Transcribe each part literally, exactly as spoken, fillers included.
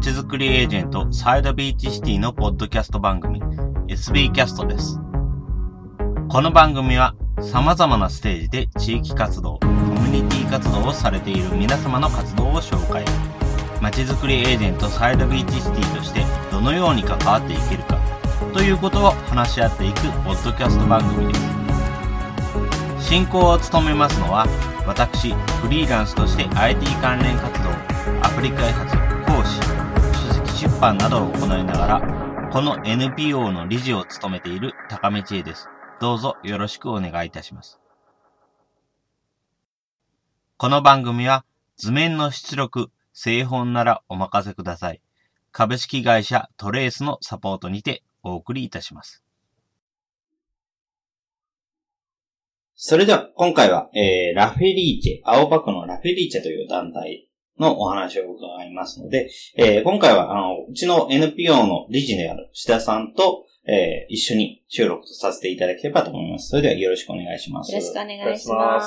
ちづくりエージェントサイドビーチシティのポッドキャスト番組 エスビー キャストです。この番組は様々なステージで地域活動、コミュニティ活動をされている皆様の活動を紹介。まちづくりエージェントサイドビーチシティとしてどのように関わっていけるかということを話し合っていくポッドキャスト番組です。進行を務めますのは私、フリーランスとして アイティー 関連活動、アプリ開発、講師、書籍出版などを行いながら、この エヌピーオー の理事を務めている高見千恵です。どうぞよろしくお願いいたします。この番組は図面の出力、製本ならお任せください。株式会社トレースのサポートにてお送りいたします。それでは今回は、えー、ラフェリーチェ、青葉区のラフェリーチェという団体のお話を伺いますので、えー、今回はあのうちの エヌピーオー の理事である志田さんと、えー、一緒に収録させていただければと思います。それではよろしくお願いします。 よろしくお願いします。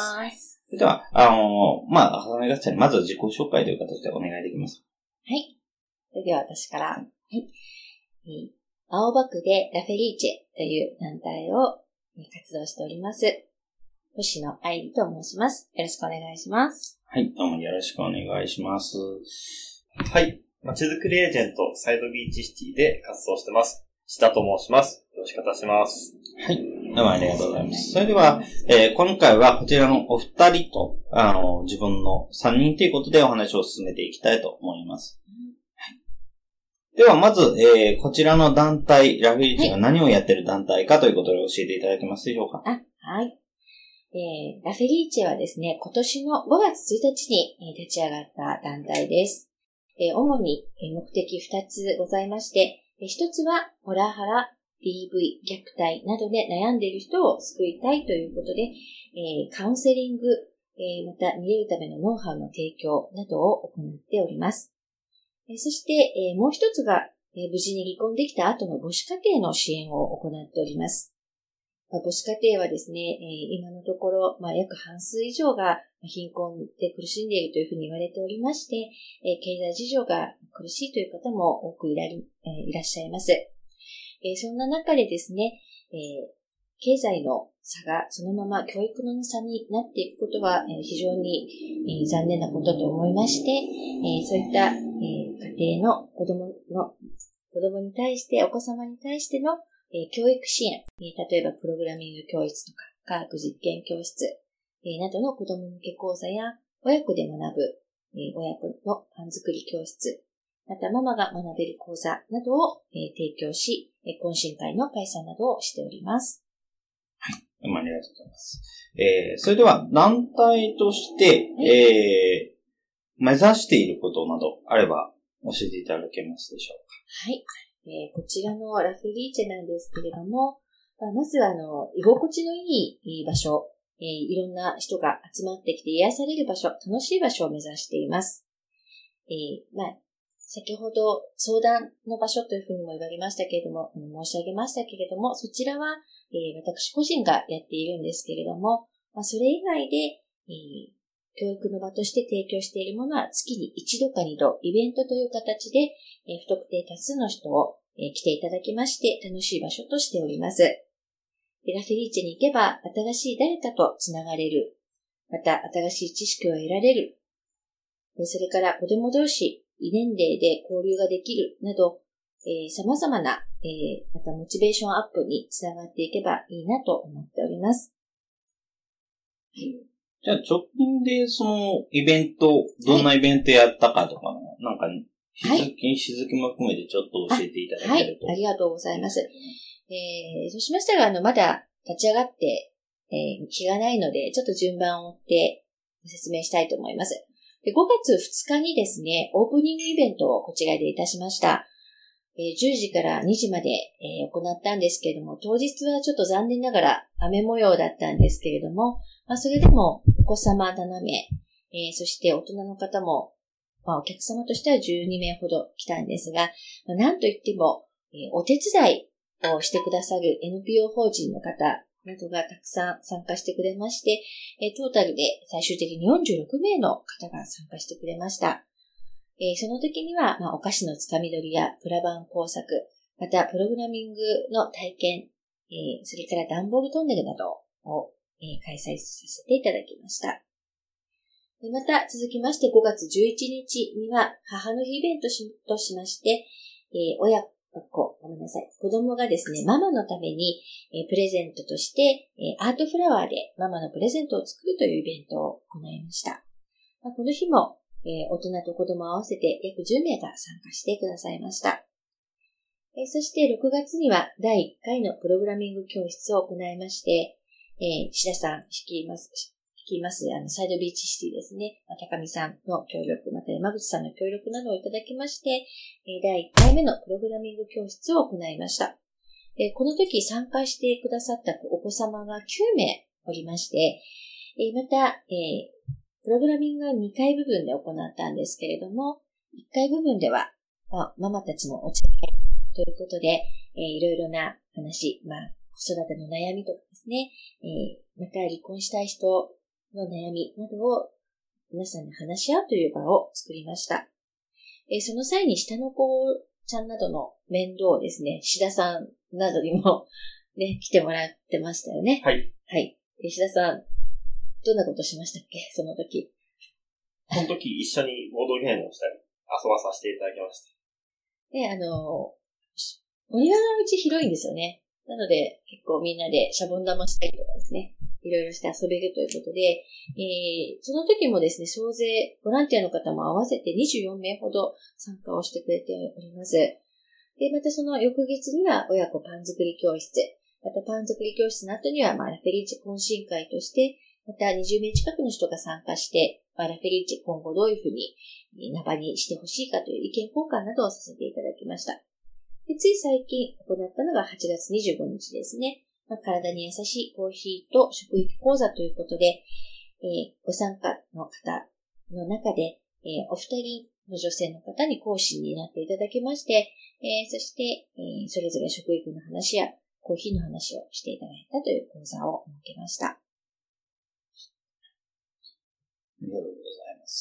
それでは、あのー、まあ、はじめまして、まず自己紹介という形でお願いできますか。 はい。それでは私から、はい。えー、青葉区でラフェリーチェという団体を活動しております。星野愛理と申します。よろしくお願いします。 はい、どうもよろしくお願いします。 はい。まちづくりエージェントサイドビーチシティで活動してます。志田と申します。よろしくお願いします。 はい。どうもありがとうございます。それでは、えー、今回はこちらのお二人と、あの、自分の三人ということでお話を進めていきたいと思います。はい、では、まず、えー、こちらの団体、ラフェリーチェが何をやっている団体かということで教えていただけますでしょうか。 あ、はい。えー、ラフェリーチェはですね、今年のごがつついたちに立ち上がった団体です。えー、主に目的ふたつございまして、ひとつはモラハラ、ディーブイ、虐待などで悩んでいる人を救いたいということで、えー、カウンセリング、えー、また逃げるためのノウハウの提供などを行っております。えー、そして、えー、もう一つが、えー、無事に離婚できた後の母子家庭の支援を行っております。母子家庭はですね、えー、今のところ、まあ、約半数以上が貧困で苦しんでいるというふうに言われておりまして、えー、経済事情が苦しいという方も多くいらり、えー、いらっしゃいます。えー、そんな中でですね、えー、経済の差がそのまま教育の差になっていくことは、えー、非常に、えー、残念なことと思いまして、えー、そういった、えー、家庭の子供の子供に対して、お子様に対してのえー、教育支援、えー、例えばプログラミング教室とか科学実験教室、えー、などの子供向け講座や親子で学ぶ、えー、親子のパン作り教室、またママが学べる講座などを、えー、提供し、えー、懇親会の開催などをしております。 はい。ありがとうございます。えー、それでは団体として、はい、えー、目指していることなどあれば教えていただけますでしょうか。はい。えー、こちらのラフェリーチェなんですけれども、まあ、まずあの、居心地のいい場所、えー、いろんな人が集まってきて癒される場所、楽しい場所を目指しています。えー、まあ、先ほど相談の場所というふうにも言われましたけれども、申し上げましたけれども、そちらは、えー、私個人がやっているんですけれども、まあ、それ以外で、えー教育の場として提供しているものは月に一度か二度イベントという形で、えー、不特定多数の人を、えー、来ていただきまして楽しい場所としております。でラフェリーチェに行けば新しい誰かとつながれる。また新しい知識を得られる。でそれから子供同士異年齢で交流ができるなど、えー、様々な、えー、またモチベーションアップにつながっていけばいいなと思っております。 はい。じゃあ直近でそのイベント、どんなイベントやったかとかの、はい、なんか日付、はい、日付も含めてちょっと教えていただけると。 はい、ありがとうございます。えー、そうしましたら、あの、まだ立ち上がって、えー、日がないので、ちょっと順番を追ってご説明したいと思います。でごがつふつかにですね、オープニングイベントをこちらでいたしました。えー、じゅうじからにじまで、えー、行ったんですけれども、当日はちょっと残念ながら雨模様だったんですけれども、まあ、それでもお子様ななめい、えー、そして大人の方も、まあ、お客様としてはじゅうにめいほど来たんですが、まあ、なんといっても、えー、お手伝いをしてくださる エヌピーオー 法人の方などがたくさん参加してくれまして、えー、トータルで最終的によんじゅうろくめいの方が参加してくれました。 えー、その時には、まあ、お菓子のつかみ取りやプラバン工作、またプログラミングの体験、えー、それから段ボールトンネルなどを、えー、開催させていただきました。また続きましてごがつじゅういちにちには母の日イベントとしまして、えー、親子、ごめんなさい、子供がですね、ママのために、えー、プレゼントとして、えー、アートフラワーでママのプレゼントを作るというイベントを行いました。まあ、この日も、えー、大人と子供合わせて約じゅうめいが参加してくださいました。えー、そしてろくがつにはだいいっかいのプログラミング教室を行いまして、えー、志田さん率います、率います、あの、サイドビーチシティですね。まあ、高見さんの協力、また山口さんの協力などをいただきまして、えー、だいいっかいめのプログラミング教室を行いました。えー、この時参加してくださったお子様がきゅうめいおりまして、えー、また、えー、プログラミングはにかい部分で行ったんですけれども、いっかい部分では、まあ、ママたちのお茶会ということで、えー、いろいろな話、まあ、子育ての悩みとかですね、えー、また離婚したい人の悩みなどを皆さんで話し合うという場を作りました。えー、その際に下の子ちゃんなどの面倒をですね、志田さんなどにもね、来てもらってましたよね。 はい。 はい。えー、志田さん、どんなことしましたっけ、その時。 その時一緒にボードゲームをしたり、遊ばさせていただきました。 ね、あの、お庭のうち広いんですよね。なので、結構みんなでシャボン玉したりとかですね、いろいろして遊べるということで、えー、その時もですね、総勢、ボランティアの方も合わせてにじゅうよんめいほど参加をしてくれております。で、またその翌月には親子パン作り教室、またパン作り教室の後には、まあ、ラフェリーチ懇親会として、またにじゅうめい近くの人が参加して、まあ、ラフェリーチ今後どういうふうにナバにしてほしいかという意見交換などをさせていただきました。で、つい最近行ったのがはちがつにじゅうごにちですね。まあ、体に優しいコーヒーと食育講座ということで、えー、ご参加の方の中で、えー、お二人の女性の方に講師になっていただきまして、えー、そして、えー、それぞれ食育の話やコーヒーの話をしていただいたという講座を設けました。ありがとうございます。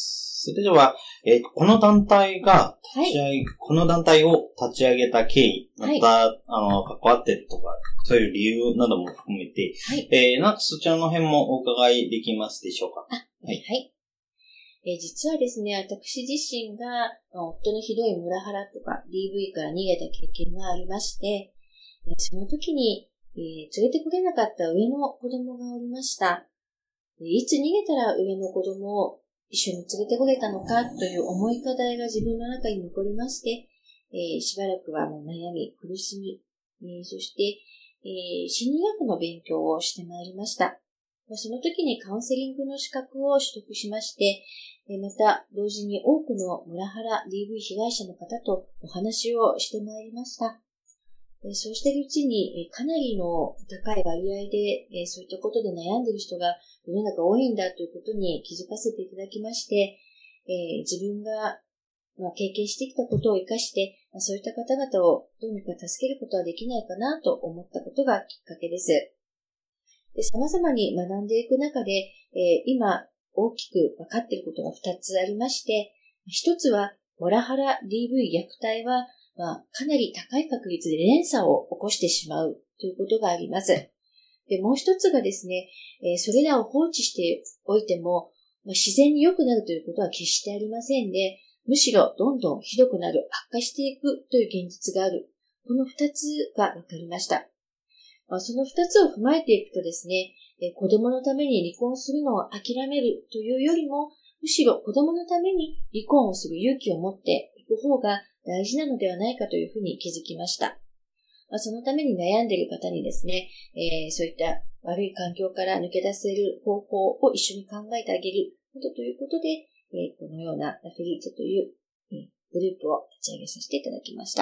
それでは、えー、この団体が立ち上げ、はい、この団体を立ち上げた経緯、また、はい、あの、関わってるとか、そういう理由なども含めて、はい、えー、なんかそちらの辺もお伺いできますでしょうか。 あ、はい。はい。えー、実はですね、私自身が、夫のひどいモラハラとか ディーブイ から逃げた経験がありまして、えー、その時に、えー、連れてこれなかった上の子供がおりました。いつ逃げたら上の子供を一緒に連れてこれたのかという重い課題が自分の中に残りまして、えー、しばらくはもう悩み、苦しみ、えー、そして、えー、心理学の勉強をしてまいりました。その時にカウンセリングの資格を取得しまして、また同時に多くのモラハラ ディーブイ 被害者の方とお話をしてまいりました。そうしているうちにかなりの高い割合でそういったことで悩んでいる人が世の中多いんだということに気づかせていただきまして、えー、自分が、まあ、経験してきたことを生かして、まあ、そういった方々をどうにか助けることはできないかなと思ったことがきっかけです。で、様々に学んでいく中で、えー、今大きく分かっていることがふたつありまして、ひとつはモラハラ ディーブイ 虐待は、まあ、かなり高い確率で連鎖を起こしてしまうということがあります。で、もう一つがですね、えー、それらを放置しておいても、まあ、自然に良くなるということは決してありませんで、むしろどんどんひどくなる、悪化していくという現実がある。この二つが分かりました。まあ、その二つを踏まえていくとですね、えー、子供のために離婚するのを諦めるというよりも、むしろ子供のために離婚をする勇気を持っていく方が大事なのではないかというふうに気づきました。まあ、そのために悩んでいる方にですね、えー、そういった悪い環境から抜け出せる方法を一緒に考えてあげることということで、えー、このようなラフェリーチェという、えー、グループを立ち上げさせていただきました。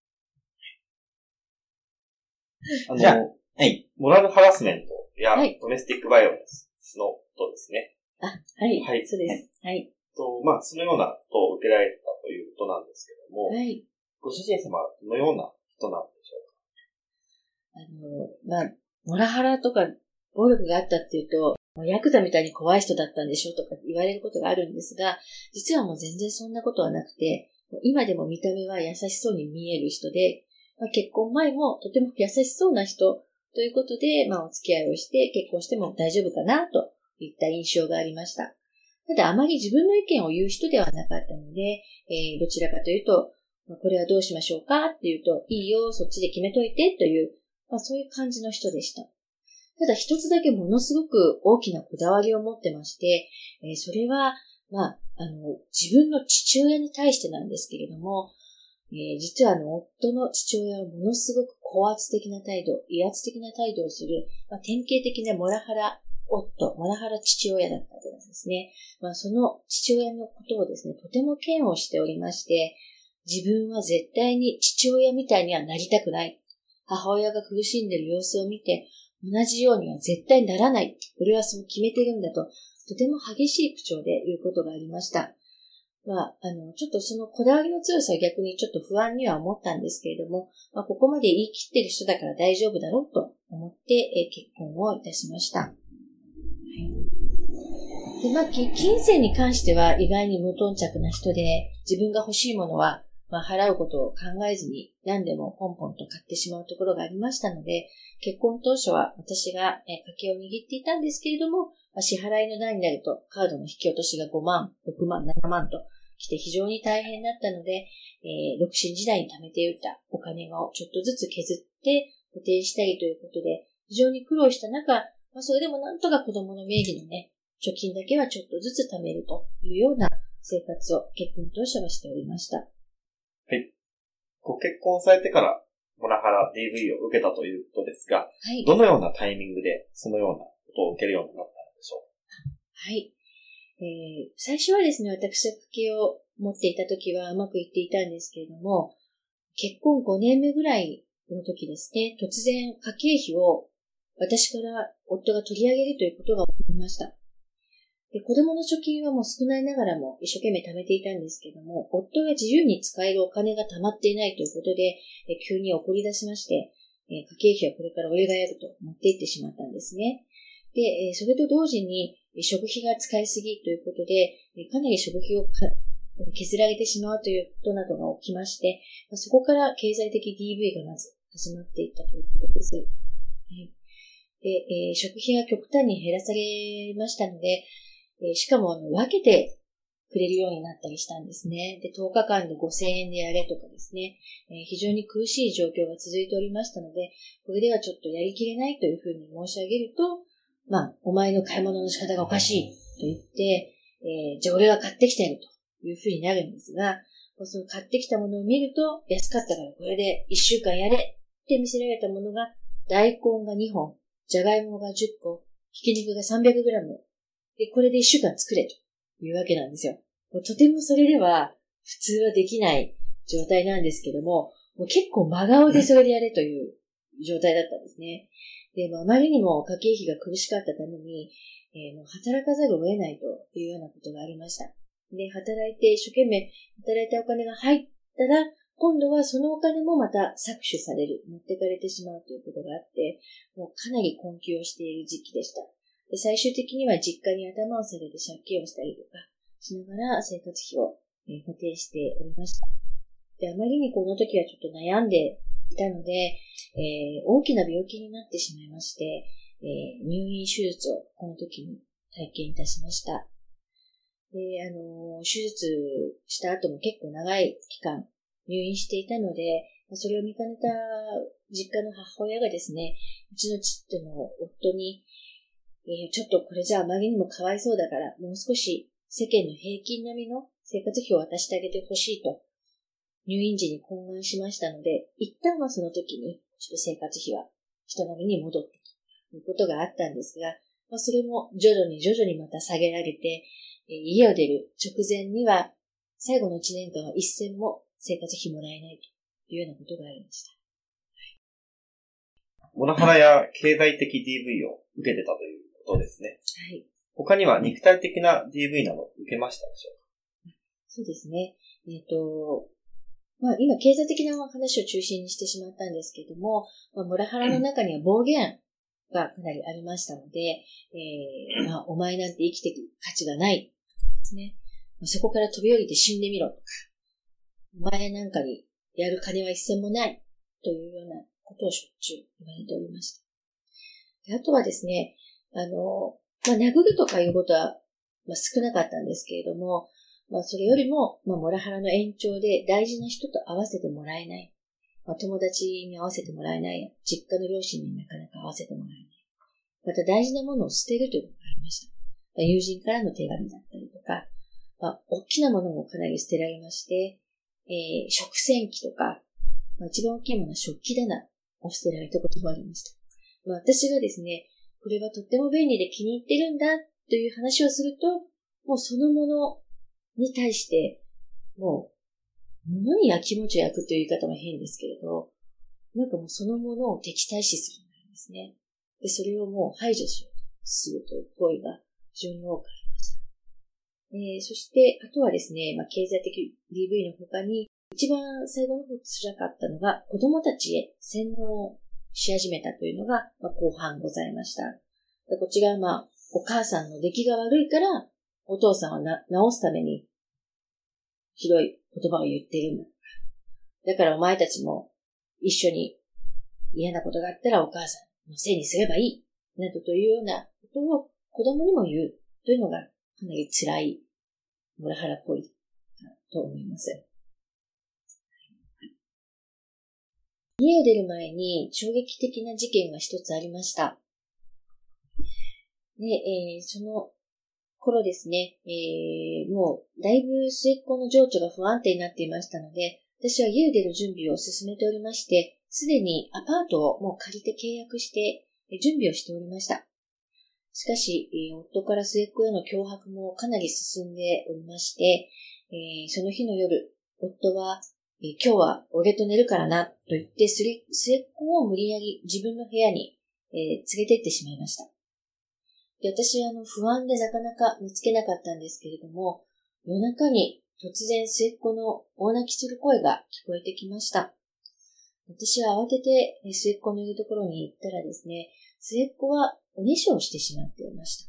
あの、じゃあ、はい。モラルハラスメントやドメスティックバイオレンスのことですね。 はい、あ、はい。はい。そうです。はい。 と、まあ、そのようなことを受けられてたということなんですけども、 はい。 ご主人様はどのような人なんでしょうか？ あの、まあ、モラハラとか暴力があったっていうと、 ヤクザみたいに怖い人だったんでしょとか言われることがあるんですが、実はもう全然そんなことはなくて、今でも見た目は優しそうに見える人で、まあ、結婚前もとても優しそうな人ということで、まあ、お付き合いをして結婚しても大丈夫かなといった印象がありました。ただあまり自分の意見を言う人ではなかったので、えー、どちらかというと、まあ、これはどうしましょうかっていうと、いいよ、そっちで決めといてという、まあ、そういう感じの人でした。ただ一つだけものすごく大きなこだわりを持ってまして、えー、それは、まあ、あの、自分の父親に対してなんですけれども、えー、実はあの、夫の父親はものすごく高圧的な態度、威圧的な態度をする、まあ、典型的なモラハラ夫、モラハラ父親だったわけなんですね。まあ、その父親のことをですね、とても嫌悪しておりまして、自分は絶対に父親みたいにはなりたくない。母親が苦しんでいる様子を見て、同じようには絶対ならない。俺はそう決めてるんだと、とても激しい口調で言うことがありました。まあ、あの、ちょっとそのこだわりの強さは逆にちょっと不安には思ったんですけれども、まあ、ここまで言い切ってる人だから大丈夫だろうと思って、え結婚をいたしました。はい、で、まあ、金銭に関しては意外に無頓着な人で、自分が欲しいものは、まあ、払うことを考えずに何でもポンポンと買ってしまうところがありましたので、結婚当初は私が家計を握っていたんですけれども、支払いの段になるとカードの引き落としがごまん、ろくまん、ななまんと来て非常に大変だったので、えー、独身時代に貯めておいたお金をちょっとずつ削って固定したりということで、非常に苦労した中、まあ、それでもなんとか子供の名義のね、貯金だけはちょっとずつ貯めるというような生活を結婚当初はしておりました。 はい。ご結婚されてからモラハラ ディーブイ を受けたということですが、はい、どのようなタイミングでそのようなことを受けるようになったのでしょうか？ はい。えー、最初はですね、私が家計を持っていた時はうまくいっていたんですけれども、結婚ごねんめぐらいの時ですね、突然家計費を私から夫が取り上げるということが起こりました。で、子供の貯金はもう少ないながらも一生懸命貯めていたんですけども、夫が自由に使えるお金が貯まっていないということで、え急に怒り出しまして、え家計費はこれから俺がやると持っていってしまったんですね。で、えそれと同時に食費が使いすぎということで、かなり食費を削られてしまうということなどが起きまして、そこから経済的 ディーブイ がまず始まっていったということです。はい。で、え食費が極端に減らされましたので、しかも分けてくれるようになったりしたんですね。で、とおかかんでごせんえんでやれとかですね、えー、非常に苦しい状況が続いておりましたので、これではちょっとやりきれないというふうに申し上げると、まあ、お前の買い物の仕方がおかしいと言って、えー、じゃあ俺が買ってきてやるというふうになるんですが、その買ってきたものを見ると、安かったからこれでいっしゅうかんやれって見せられたものが、大根がにほん、じゃがいもがじゅっこ、ひき肉が さんびゃくグラム、で、これでいっしゅうかん作れというわけなんですよ。もうとてもそれでは普通はできない状態なんですけども、もう結構真顔でそれでやれという状態だったんですね。で、まあ、あまりにも家計費が苦しかったために、えー、もう働かざるを得ないというようなことがありました。で、働いて一生懸命働いたお金が入ったら、今度はそのお金もまた搾取される、持ってかれてしまうということがあって、もうかなり困窮している時期でした。で、最終的には実家に頭を下げて借金をしたりとかしながら生活費を、えー、補填しておりました。で、あまりにこの時はちょっと悩んでいたので、えー、大きな病気になってしまいまして、えー、入院手術をこの時に体験いたしました。で、あのー、手術した後も結構長い期間入院していたので、それを見かねた実家の母親がですね、うちの父の夫に、えー、ちょっとこれじゃあまりにもかわいそうだから、もう少し世間の平均並みの生活費を渡してあげてほしいと、入院時に懇願しましたので、一旦はその時に、ちょっと生活費は人並みに戻ってということがあったんですが、まあ、それも徐々に徐々にまた下げられて、えー、家を出る直前には、最後のいちねんかんは一銭も生活費もらえないというようなことがありました。 モラハラや経済的 ディーブイ を受けてたということですね。 はい。 他には肉体的な ディーブイ など受けましたでしょうか？ そうですね。えっと、まあ今経済的な話を中心にしてしまったんですけども、まあ、モラハラの中には暴言がかなりありましたので、えーまあ、お前なんて生きていく価値がないですね。そこから飛び降りて死んでみろとか、お前なんかにやる金は一銭もないというようなことをしょっちゅう言われておりました。であとはですね、あの、まあ、殴るとかいうことは、まあ、少なかったんですけれども、まあ、それよりも、まあ、モラハラの延長で大事な人と会わせてもらえない。まあ、友達に会わせてもらえない。実家の両親になかなか会わせてもらえない。また大事なものを捨てるというのがありました。まあ、友人からの手紙だったりとか、まあ、大きなものもかなり捨てられまして、えー、食洗機とか、まあ、一番大きいものは食器棚を捨てられたこともありました。まあ、私がですね、これはとっても便利で気に入ってるんだという話をすると、もうそのものに対して、もう、物に焼きもちを焼くという言い方は変ですけれど、なんかもうそのものを敵対視するんですね。で、それをもう排除しようとするという行為が非常に多くありました。えー、そして、あとはですね、まあ、経済的 ディーブイ の他に、一番最後の方辛かったのが、子供たちへ洗脳し始めたというのが、まあ、後半ございました。でこちらはまあ、お母さんの出来が悪いから、お父さんはな直すために、ひどい言葉を言っているんだ。だからお前たちも一緒に嫌なことがあったらお母さんのせいにすればいい。などというようなことを子供にも言うというのがかなり辛いモラハラ行為だと思います。家を出る前に衝撃的な事件が一つありました。で、えー、その頃ですね、えー、もうだいぶ末っ子の情緒が不安定になっていましたので、私は家を出る準備を進めておりまして、すでにアパートをもう借りて契約して準備をしておりました。しかし、夫から末っ子への脅迫もかなり進んでおりまして、えー、その日の夜、夫は、えー、今日は俺と寝るからなと言って末っ子を無理やり自分の部屋に、えー、連れて行ってしまいました。で私はあの不安でなかなか見つけなかったんですけれども、夜中に突然末っ子の大泣きする声が聞こえてきました。私は慌てて末っ子のいるところに行ったらですね、末っ子はおねしょをしてしまっていました。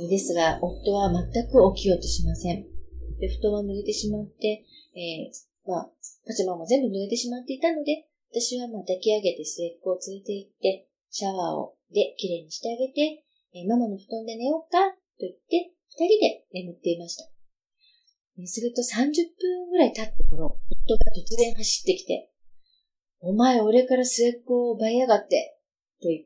ですが、夫は全く起きようとしません。で布団は濡れてしまって、えー、まあ、パジャマも全部濡れてしまっていたので、私はまあ抱き上げて末っ子を連れて行って、シャワーをできれいにしてあげて、えー、ママの布団で寝ようかと言って、二人で眠っていました。するとさんじゅっぷんぐらい経った頃、夫が突然走ってきて、お前俺から末っ子を奪いやがって、と言って、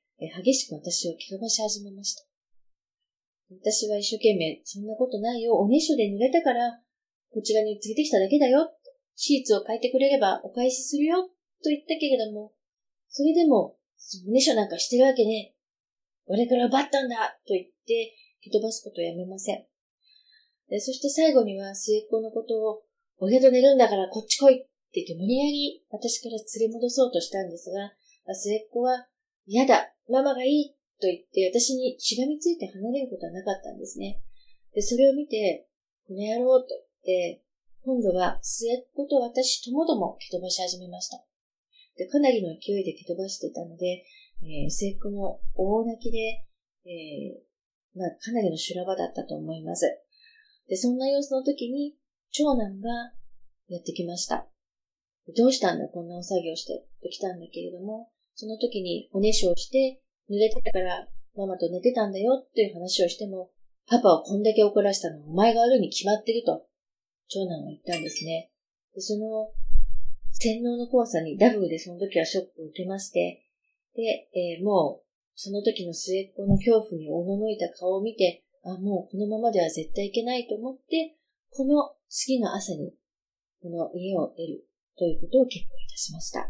激しく私を蹴飛ばし始めました。私は一生懸命、そんなことないよ、おねしょで濡れたから、こちらに連れてきただけだよ、シーツを変えてくれればお返しするよ、と言ったけれども、それでも、おねしょなんかしてるわけね。俺から奪ったんだと言って、蹴飛ばすことをやめません。そして最後には末っ子のことを、俺と寝るんだからこっち来いって言って無理やり私から連れ戻そうとしたんですが、末っ子は、嫌だ、ママがいいと言って私にしがみついて離れることはなかったんですね。で、それを見て、この野郎と言って、今度は末っ子と私ともども蹴飛ばし始めました。で、かなりの勢いで蹴飛ばしてたので、えー、末っ子も大泣きで、えー、まあ、かなりの修羅場だったと思います。で、そんな様子の時に、長男がやってきました。どうしたんだこんなお作業して、と来たんだけれども、その時におねしょをして、濡れてたからママと寝てたんだよっていう話をしても、パパをこんだけ怒らしたのはお前が悪いに決まってると、長男は言ったんですね。で、その洗脳の怖さにダブルでその時はショックを受けまして、で、えー、もうその時の末っ子の恐怖におののいた顔を見て、あ、もうこのままでは絶対いけないと思って、この次の朝にこの家を出るということを決行いたしました。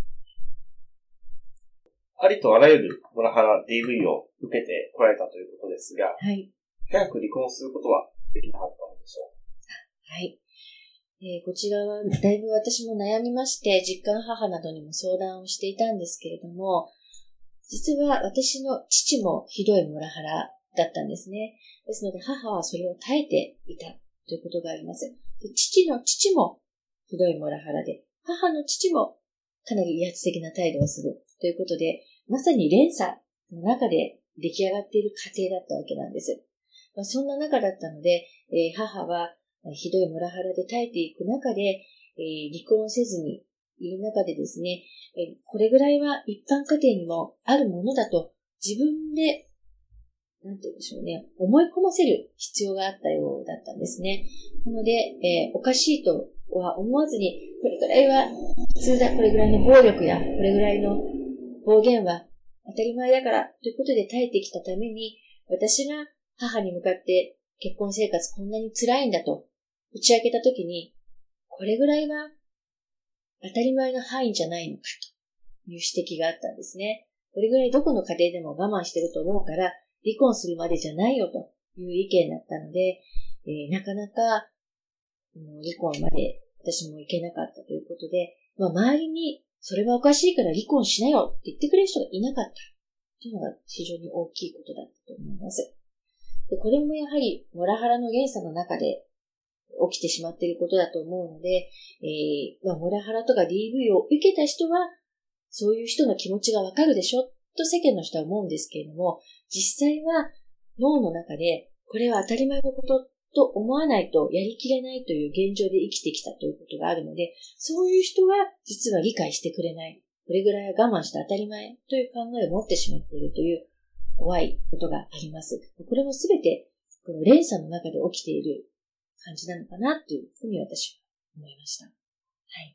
ありとあらゆるモラハラ ディーブイ を受けてこられたということですが、 はい、 早く離婚することはできなかったのでしょうか。 はい。えー、こちらはだいぶ私も悩みまして、実家の母などにも相談をしていたんですけれども、実は私の父もひどいモラハラだったんですね。ですので母はそれを耐えていたということがあります。で父の父もひどいモラハラで、母の父もかなり威圧的な態度をするということで、 まさに連鎖の中で出来上がっている過程だったわけなんです。まあ、そんな中だったので、えー、母はひどいモラハラで耐えていく中で、えー、離婚せずにいる中でですね、えー、これぐらいは一般家庭にもあるものだと自分でなんて言うんでしょうね、思い込ませる必要があったようだったんですね。なので、えー、おかしいとは思わずに、これぐらいは普通だ、これぐらいの暴力や、これぐらいの暴言は当たり前だから、ということで耐えてきたために、私が母に向かって結婚生活こんなに辛いんだと打ち明けたときに、これぐらいは当たり前の範囲じゃないのかという指摘があったんですね。これぐらいどこの家庭でも我慢してると思うから、離婚するまでじゃないよという意見だったので、えー、なかなか離婚まで私もいけなかったということで、まあ、周りにそれはおかしいから離婚しなよって言ってくれる人がいなかったというのが非常に大きいことだったと思います。で、これもやはりモラハラの連鎖の中で起きてしまっていることだと思うので、えーまあ、モラハラとか ディーブイ を受けた人はそういう人の気持ちがわかるでしょと世間の人は思うんですけれども、実際は脳の中でこれは当たり前のことと思わないとやりきれないという現状で生きてきたということがあるので、そういう人は実は理解してくれない。これぐらいは我慢して当たり前という考えを持ってしまっているという怖いことがあります。これもすべてこの連鎖の中で起きている感じなのかなというふうに私は思いました。はい。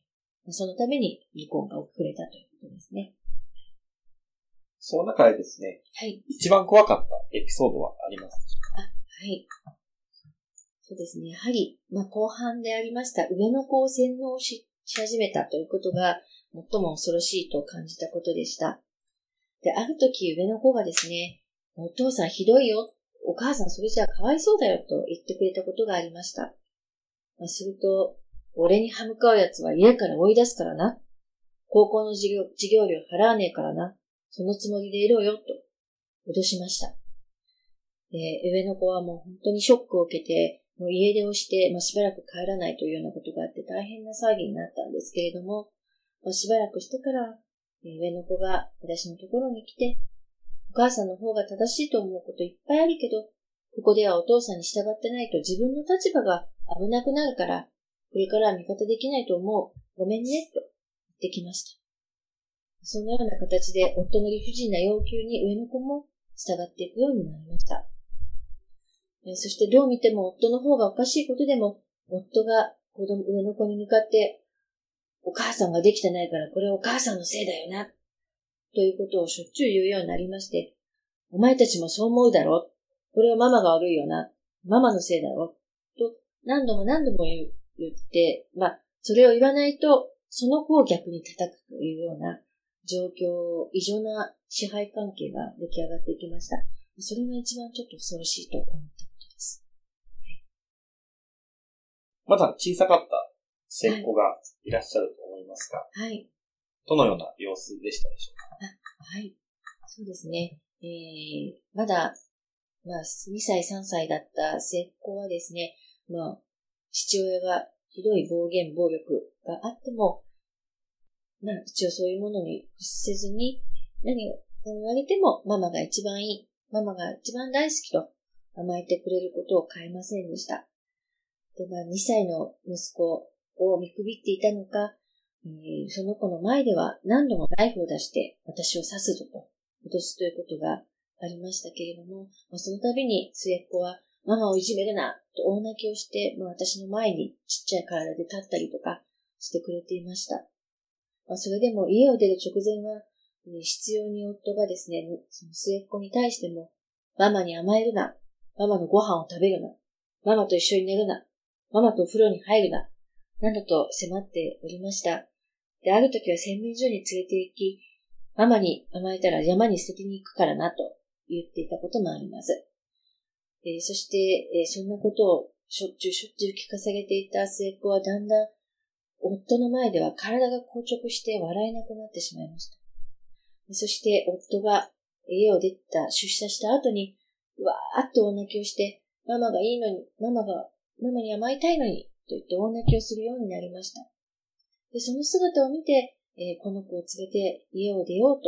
そのために離婚が遅れたということですね。 その中でですね、はい、一番怖かったエピソードはありますでしょうか？ あ、はい。そうですね。やはり、まあ、後半でありました上の子を洗脳し始めたということが最も恐ろしいと感じたことでした。で、ある時上の子がですね、お父さんひどいよ、お母さんそれじゃかわいそうだよと言ってくれたことがありました。まあ、すると、俺に歯向かうやつは家から追い出すからな。高校の授業、授業料払わねえからな。そのつもりでいろよと脅しました。で、上の子はもう本当にショックを受けて、もう家出をして、まあ、しばらく帰らないというようなことがあって大変な騒ぎになったんですけれども、まあ、しばらくしてから、上の子が私のところに来て、お母さんの方が正しいと思うこといっぱいあるけど、ここではお父さんに従ってないと自分の立場が危なくなるから、これからは味方できないと思う。ごめんね、と言ってきました。そのような形で夫の理不尽な要求に上の子も従っていくようになりました。そしてどう見ても夫の方がおかしいことでも、夫が子供上の子に向かって、お母さんができてないからこれはお母さんのせいだよな、ということをしょっちゅう言うようになりまして、お前たちもそう思うだろ、これはママが悪いよな、ママのせいだろ、と何度も何度も言って、まあ、それを言わないと、その子を逆に叩くというような状況、異常な支配関係が出来上がっていきました。それが一番ちょっと恐ろしいと思ったことです。はい、 まだ小さかった末っ子がいらっしゃると思いますが、 はい。 どのような様子でしたでしょうか？ あ、はい。そうですね。えー、まだ、まあ、にさい、さんさいだった末っ子はですね、まあ、父親がひどい暴言、暴力があっても、まあ、一応そういうものに屈せずに、何を言われてもママが一番いい、ママが一番大好きと甘えてくれることを変えませんでした。で、まあ、にさいの息子を見くびっていたのか、えー、その子の前では何度もナイフを出して私を刺すぞと脅すということがありましたけれども、まあ、その度に末っ子はママをいじめるなと大泣きをして、まあ、私の前にちっちゃい体で立ったりとかしてくれていました。まあ、それでも家を出る直前は、えー、必要に夫がですね、その末っ子に対しても、ママに甘えるな、ママのご飯を食べるな、ママと一緒に寝るな、ママとお風呂に入るな、などと迫っておりました。で、ある時は洗面所に連れて行き、ママに甘えたら山に捨ててに行くからなと言っていたこともあります。えー、そして、えー、そんなことをしょっちゅうしょっちゅう聞かされていた末っ子はだんだん夫の前では体が硬直して笑えなくなってしまいました。そして夫が家を出た、出社した後に、わーっと大泣きをして、ママがいいのに、ママが、ママに甘えたいのに、と言って大泣きをするようになりました。で、その姿を見て、えー、この子を連れて家を出ようと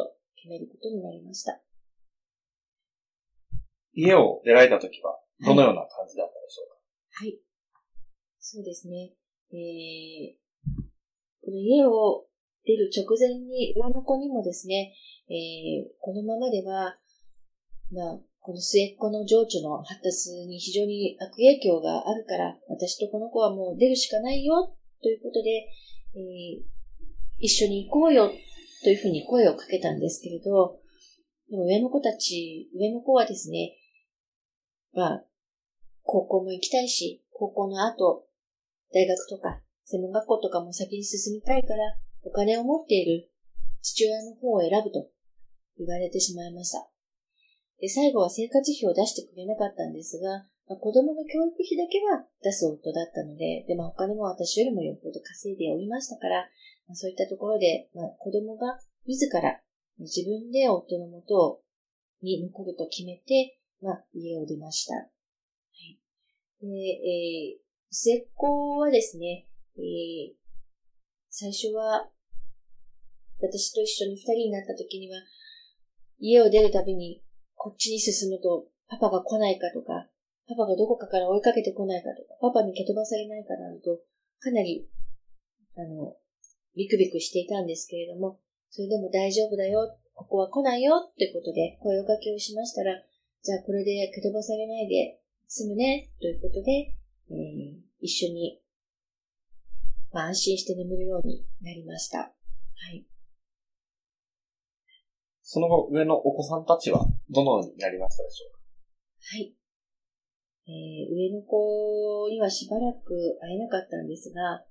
決めることになりました。 家を出られたときは、どのような感じだったでしょうか？ はい。はい、そうですね。えー、この家を出る直前に、上の子にもですね、えー、このままでは、まあ、この末っ子の情緒の発達に非常に悪影響があるから、私とこの子はもう出るしかないよ、ということで、えー、一緒に行こうよ、というふうに声をかけたんですけれど、でも上の子たち、上の子はですね、まあ、高校も行きたいし、高校の後、大学とか、専門学校とかも先に進みたいから、お金を持っている父親の方を選ぶと言われてしまいました。で、最後は生活費を出してくれなかったんですが、まあ、子供の教育費だけは出す夫だったので、で、まあ、お金も私よりもよっぽど稼いでおりましたから、まあ、そういったところで、まあ、子供が自ら自分で夫の元に残ると決めて、まあ、家を出ました。はい。で、えー、末っ子はですね、えー、最初は、私と一緒に二人になった時には、家を出るたびに、こっちに進むと、パパが来ないかとか、パパがどこかから追いかけてこないかとか、パパに蹴飛ばされないかなどと、かなり、あの、ビクビクしていたんですけれども、それでも大丈夫だよ、ここは来ないよってことで声をかけをしましたら、じゃあこれで蹴飛ばされないで済むね、ということで、えー、一緒に、まあ安心して眠るようになりました。はい。 その後、上のお子さんたちはどのようになりましたでしょうか？ はい。えー、上の子にはしばらく会えなかったんですが、はい。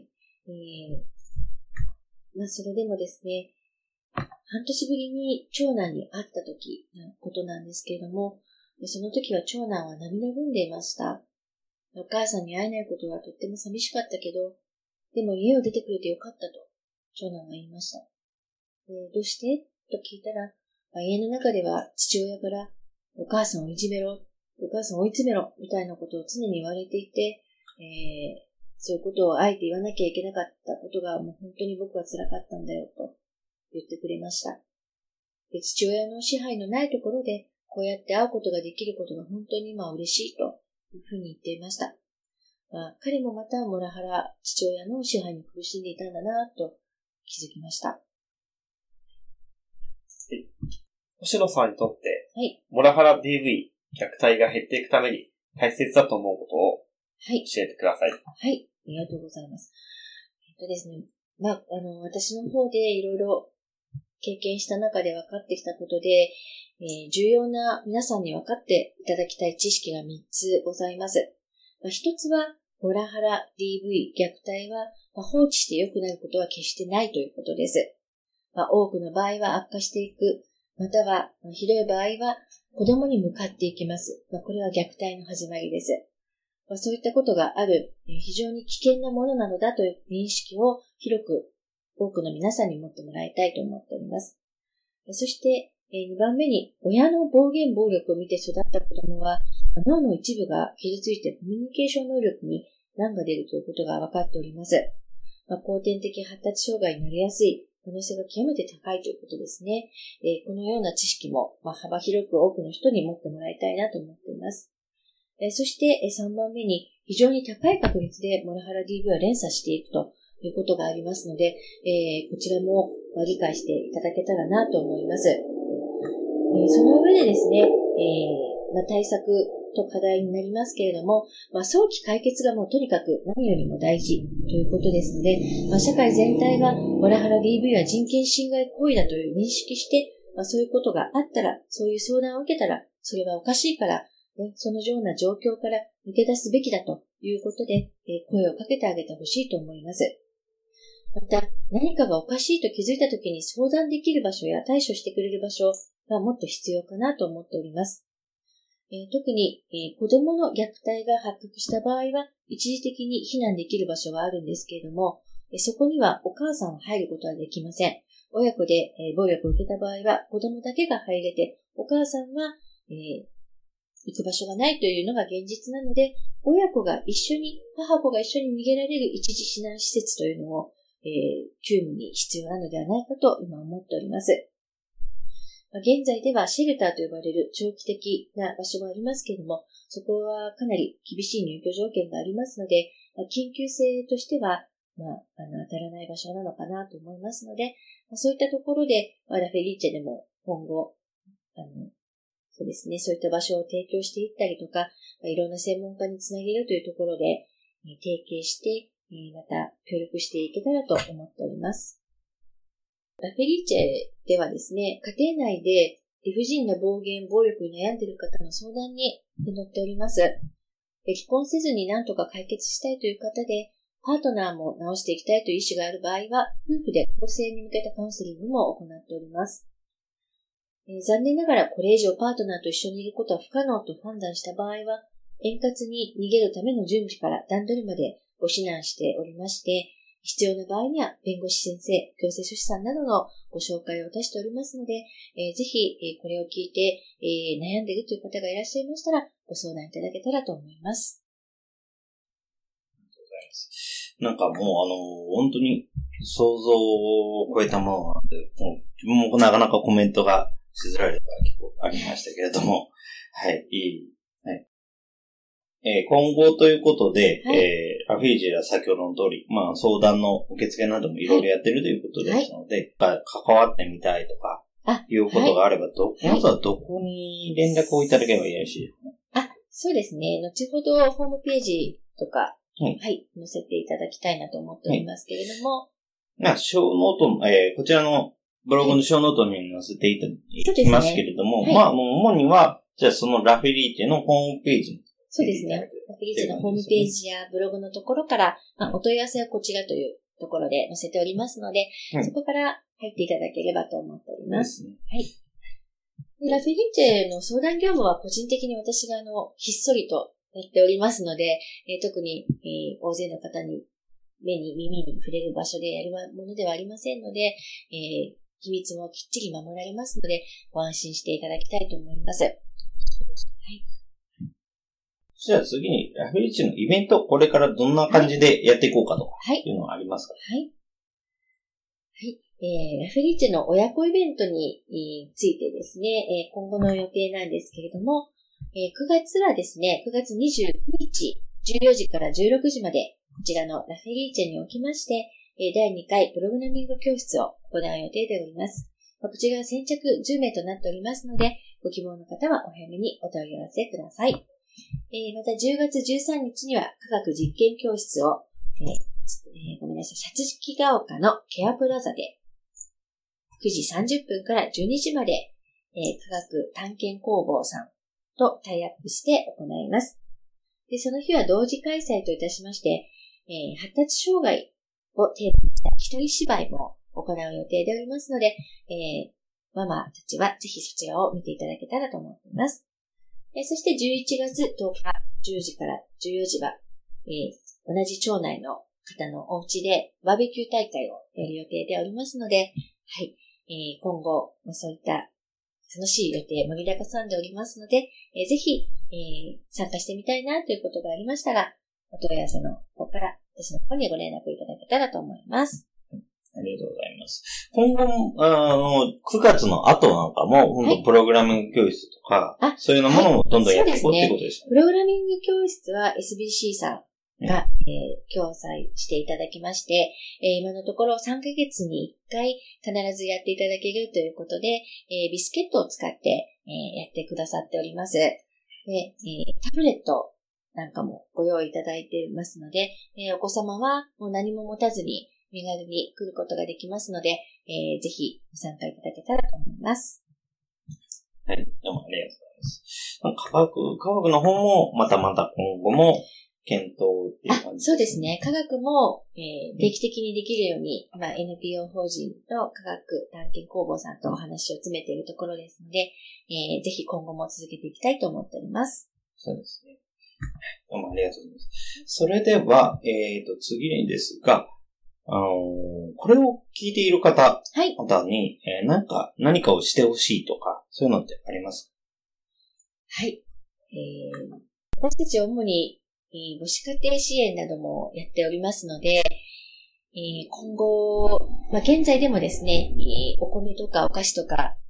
えー、まあそれでもですね、半年ぶりに長男に会った時のことなんですけれども、その時は長男は涙ぐんでいました。お母さんに会えないことはとっても寂しかったけど、でも家を出てくれてよかったと長男は言いました。で、どうしてと聞いたら、まあ、家の中では父親からお母さんをいじめろ、お母さんを追い詰めろみたいなことを常に言われていて、えー、そういうことをあえて言わなきゃいけなかったことがもう本当に僕は辛かったんだよと言ってくれました。で、父親の支配のないところでこうやって会うことができることが本当に今嬉しいというふうに言っていました。まあ、彼もまたモラハラ父親の支配に苦しんでいたんだなと気づきました。 星野さんにとって、 はい、 モラハラ ディーブイ、虐待が減っていくために大切だと思うことを教えてください。 はい、はい、ありがとうございます。えっとですね、まあ、あの、私の方でいろいろ経験した中で分かってきたことで、えー、重要な皆さんに分かっていただきたい知識がみっつございます。まあ、ひとつは、モラハラ ディーブイ、虐待は、まあ、放置して良くなることは決してないということです。まあ、多くの場合は悪化していく、または、まあ、ひどい場合は子供に向かっていきます。まあ、これは虐待の始まりです。まあ、そういったことがある、えー、非常に危険なものなのだという認識を広く多くの皆さんに持ってもらいたいと思っております。そして、えー、にばんめに、親の暴言暴力を見て育った子供は、脳の一部が傷ついてコミュニケーション能力に難が出るということが分かっております。まあ、後天的発達障害になりやすい可能性が極めて高いということですね。えー、このような知識も、まあ、幅広く多くの人に持ってもらいたいなと思っています。えー、そして、えー、さんばんめに、非常に高い確率でモラハラ ディーブイ は連鎖していくということがありますので、えー、こちらも、まあ、理解していただけたらなと思います。えー、その上でですね、えーまあ、対策と課題になりますけれども、まあ、早期解決がもうとにかく何よりも大事ということですので、まあ、社会全体がモラハラ ディーブイ は人権侵害行為だという認識して、まあ、そういうことがあったら、そういう相談を受けたら、それはおかしいから、ね、そのような状況から抜け出すべきだということで、えー、声をかけてあげてほしいと思います。また、何かがおかしいと気づいたときに相談できる場所や対処してくれる場所がもっと必要かなと思っております。えー、特に、えー、子供の虐待が発覚した場合は、一時的に避難できる場所はあるんですけれども、えー、そこにはお母さんは入ることはできません。親子で、えー、暴力を受けた場合は、子供だけが入れて、お母さんは、えー、行く場所がないというのが現実なので、親子が一緒に、母子が一緒に逃げられる一時避難施設というのを、えー、急務に必要なのではないかと今思っております。 まあ、現在ではシェルターと呼ばれる長期的な場所がありますけれども、そこはかなり厳しい入居条件がありますので、まあ、緊急性としては、まあ、あの、当たらない場所なのかなと思いますので、まあ、そういったところで、まあ、ラフェリーチェでも今後、あの、そうですね、そういった場所を提供していったりとか、まあ、いろんな専門家につなげるというところで、えー、提携して、えー、また協力していけたらと思っております。ラフェリーチェではですね、家庭内で理不尽な暴言、暴力に悩んでいる方の相談に乗っております。離婚せずに何とか解決したいという方で、パートナーも直していきたいという意思がある場合は、夫婦で更生に向けたカウンセリングも行っております。えー、残念ながらこれ以上パートナーと一緒にいることは不可能と判断した場合は、円滑に逃げるための準備から段取りまでご指南しておりまして、必要な場合には弁護士先生、強制出産などのご紹介を出しておりますので、えー、ぜひ、えー、これを聞いて、えー、悩んでいるという方がいらっしゃいましたら、ご相談いただけたらと思います。 ありがとうございます。なんかもうあの、本当に想像を超えたものなので、もう自分もなかなかコメントがしづらいのが結構ありましたけれども、はい、いい。はいえー、今後ということで、はいえー、ラフェリーチェは先ほどの通り、まあ相談の受付などもいろいろやってるということですので、はい、関わってみたいとか、いうことがあれば、ど、はい、まずはどこに連絡をいただければよろしいですか？ あ、そうですね。後ほどホームページとか、はい、はい、載せていただきたいなと思っておりますけれども。 まあ、小ノート、えー、こちらのブログの小ノートに載せていただきますけれども、はい、まあ、主には、じゃあそのラフェリーチェのホームページそうですね。ラフェリーチェのホームページやブログのところから、まあ、お問い合わせはこちらというところで載せておりますので、うん、そこから入っていただければと思っております。ね、はい。でラフェリーチェの相談業務は個人的に私があの、ひっそりとやっておりますので、えー、特に、えー、大勢の方に目に耳に触れる場所でやるものではありませんので、えー、秘密もきっちり守られますので、ご安心していただきたいと思います。はい。 じゃあ次に、ラフェリーチェのイベント、これからどんな感じでやっていこうかとか、いうのはありますか？ はい。はい。えー、ラフェリーチェの親子イベントに、えー、ついてですね、えー、今後の予定なんですけれども、えー、くがつはですね、くがつにじゅうくにち、じゅうよじからじゅうろくじまで、こちらのラフェリーチェにおきまして、えー、だいにかいプログラミング教室を行う予定でおります。こちらは先着じゅうめいとなっておりますので、ご希望の方はお早めにお問い合わせください。えー、またじゅうがつじゅうさんにちには科学実験教室を、えーえー、ごめんなさい、さつきが丘のケアプラザでくじさんじゅっぷんからじゅうにじまで、えー、科学探検工房さんとタイアップして行います。で、その日は同時開催といたしまして、えー、発達障害をテーマにした一人芝居も行う予定でおりますので、えー、ママたちはぜひそちらを見ていただけたらと思っています。えー、そしてじゅういちがつとおかじゅうじからじゅうよじは、えー、同じ町内の方のお家でバーベキュー大会をやる予定でおりますので、はい、えー、今後そういった楽しい予定盛りだくさんでおりますので、えー、ぜひ、えー、参加してみたいなということがありましたら、お問い合わせの方から私の方にご連絡いただけたらと思います。 ありがとうございます。今後も、あの、くがつの後なんかも、本当プログラミング教室とか、はい、そういうのものもどんどんやっていこう、はい、っていうことですね。 プログラミング教室は エスビーシー さんが、うんえー、共催していただきまして、えー、今のところさんかげつにいっかい必ずやっていただけるということで、えー、ビスケットを使って、えー、やってくださっております。で、えー、タブレットなんかもご用意いただいていますので、えー、お子様はもう何も持たずに身軽に来ることができますので、えー、ぜひご参加いただけたらと思います。 はい、どうもありがとうございます。科学、科学の方もまたまた今後も検討っていう感じですね。 あ、そうですね。科学も、えー、定期的にできるように、まあ、エヌピーオー 法人と科学探検工房さんとお話を詰めているところですので、えー、ぜひ今後も続けていきたいと思っております。 そうですね。どうもありがとうございます。それでは、えっと、次にですが、あのー、これを聞いている方、はい、方に、えー、なんか、何かをしてほしいとか、そういうのってありますか？はい。えー、私たち主に、えー、母子家庭支援などもやっておりますので、えー、今後、まあ、現在でもですね、えー、お米とかお菓子とか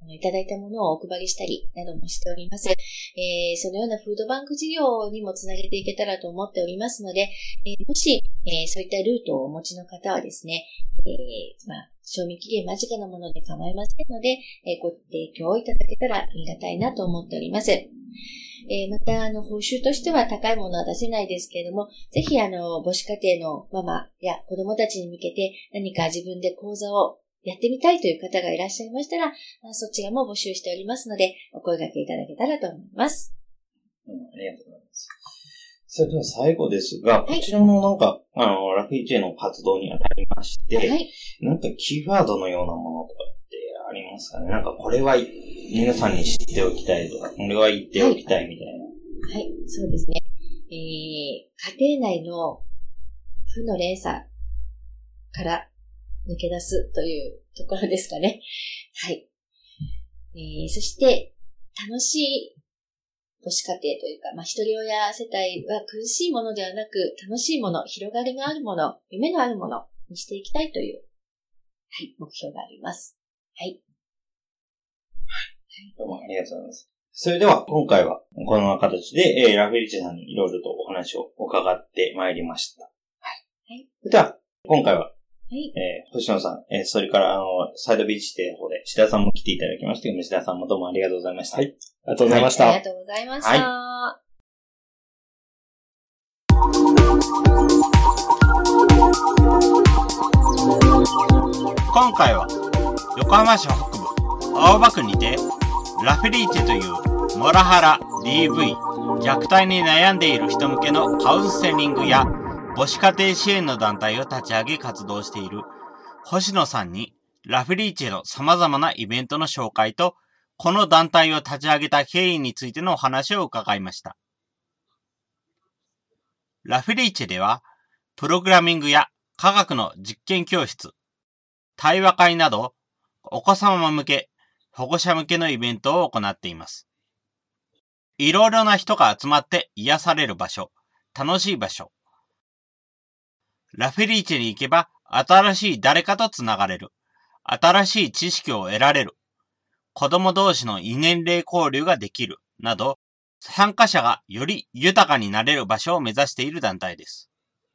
いただいたものをお配りしたりなどもしております。えー、そのようなフードバンク事業にもつなげていけたらと思っておりますので、えー、もし、えー、そういったルートをお持ちの方はですね、えー、まあ、賞味期限間近なもので構いませんので、えー、ご提供いただけたらありがたいなと思っております。えー、また、あの、報酬としては高いものは出せないですけれども、ぜひ、あの、母子家庭のママや子供たちに向けて何か自分で講座をやってみたいという方がいらっしゃいましたら、そちらも募集しておりますので、お声掛けいただけたらと思います。 うん、ありがとうございます。それでは最後ですが、はい、こちらのなんか、あの、ラフィーチェの活動にあたりまして、はい、なんかキーワードのようなものとかってありますかね？なんかこれは皆さんに知っておきたいとか、これは言っておきたいみたいな。 はい、はい、そうですね。えー、家庭内の負の連鎖から抜け出すというところですかね。はい。えー、そして、楽しい母子家庭というか、まあ、一人親世帯は苦しいものではなく、楽しいもの、広がりがあるもの、夢のあるものにしていきたいという、はい、目標があります。はい。 はい。どうもありがとうございます。それでは、今回は、この形で、えー、ラフィリチェさんにいろいろとお話を伺ってまいりました。はい。はい。では、今回は、はい。えー、星野さん、えー、それから、あの、サイドビーチテの方で、志田さんも来ていただきまして、吉田さんもどうもありがとうございました。 はい。ありがとうございました。 はい、ありがとうございました。はい、 今回は、横浜市北部、青葉区にて、ラフェリーチェというモラハラ、ディーブイ、虐待に悩んでいる人向けのカウンセリングや、母子家庭支援の団体を立ち上げ活動している星野さんにラフェリーチェの様々なイベントの紹介とこの団体を立ち上げた経緯についてのお話を伺いました。ラフェリーチェではプログラミングや科学の実験教室、対話会などお子様向け、保護者向けのイベントを行っています。いろいろな人が集まって癒される場所、楽しい場所、ラフェリーチェに行けば新しい誰かとつながれる。新しい知識を得られる。子供同士の異年齢交流ができる。など、参加者がより豊かになれる場所を目指している団体です。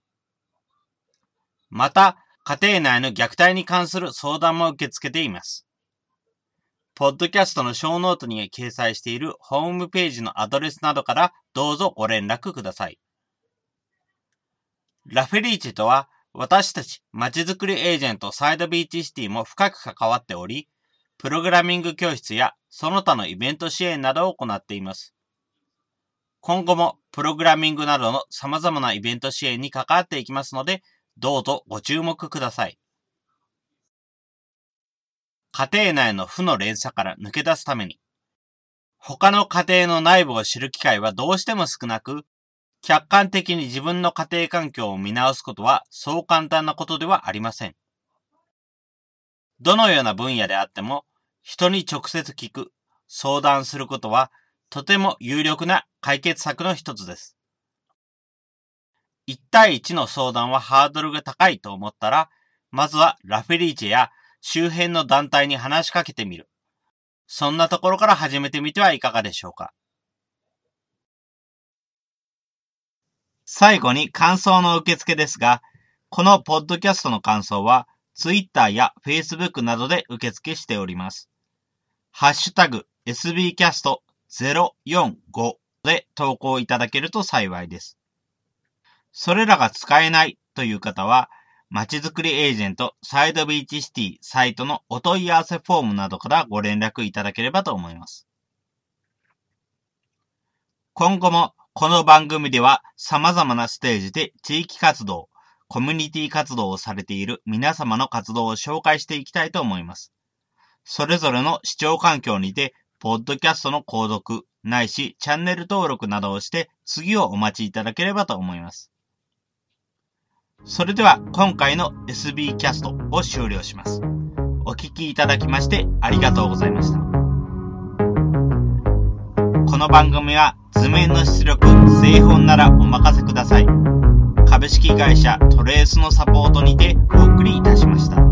また、家庭内の虐待に関する相談も受け付けています。ポッドキャストの小ノートに掲載しているホームページのアドレスなどからどうぞご連絡ください。ラフェリーチェとは、私たちまちづくりエージェントサイドビーチシティも深く関わっており、プログラミング教室やその他のイベント支援などを行っています。今後もプログラミングなどの様々なイベント支援に関わっていきますので、どうぞご注目ください。家庭内の負の連鎖から抜け出すために、他の家庭の内部を知る機会はどうしても少なく、客観的に自分の家庭環境を見直すことはそう簡単なことではありません。どのような分野であっても、人に直接聞く、相談することはとても有力な解決策の一つです。一対一の相談はハードルが高いと思ったら、まずはラフェリーチェや周辺の団体に話しかけてみる。そんなところから始めてみてはいかがでしょうか。最後に感想の受付ですが、このポッドキャストの感想は、Twitter や Facebook などで受付しております。ハッシュタグ エスビーキャストゼロよんご で投稿いただけると幸いです。それらが使えないという方は、まちづくりエージェントサイドビーチシティサイトのお問い合わせフォームなどからご連絡いただければと思います。今後もこの番組では様々なステージで地域活動、コミュニティ活動をされている皆様の活動を紹介していきたいと思います。それぞれの視聴環境にて、ポッドキャストの購読、ないしチャンネル登録などをして次をお待ちいただければと思います。それでは今回の エスビー キャストを終了します。お聞きいただきましてありがとうございました。この番組は図面の出力、製本ならお任せください。株式会社トレースのサポートにてお送りいたしました。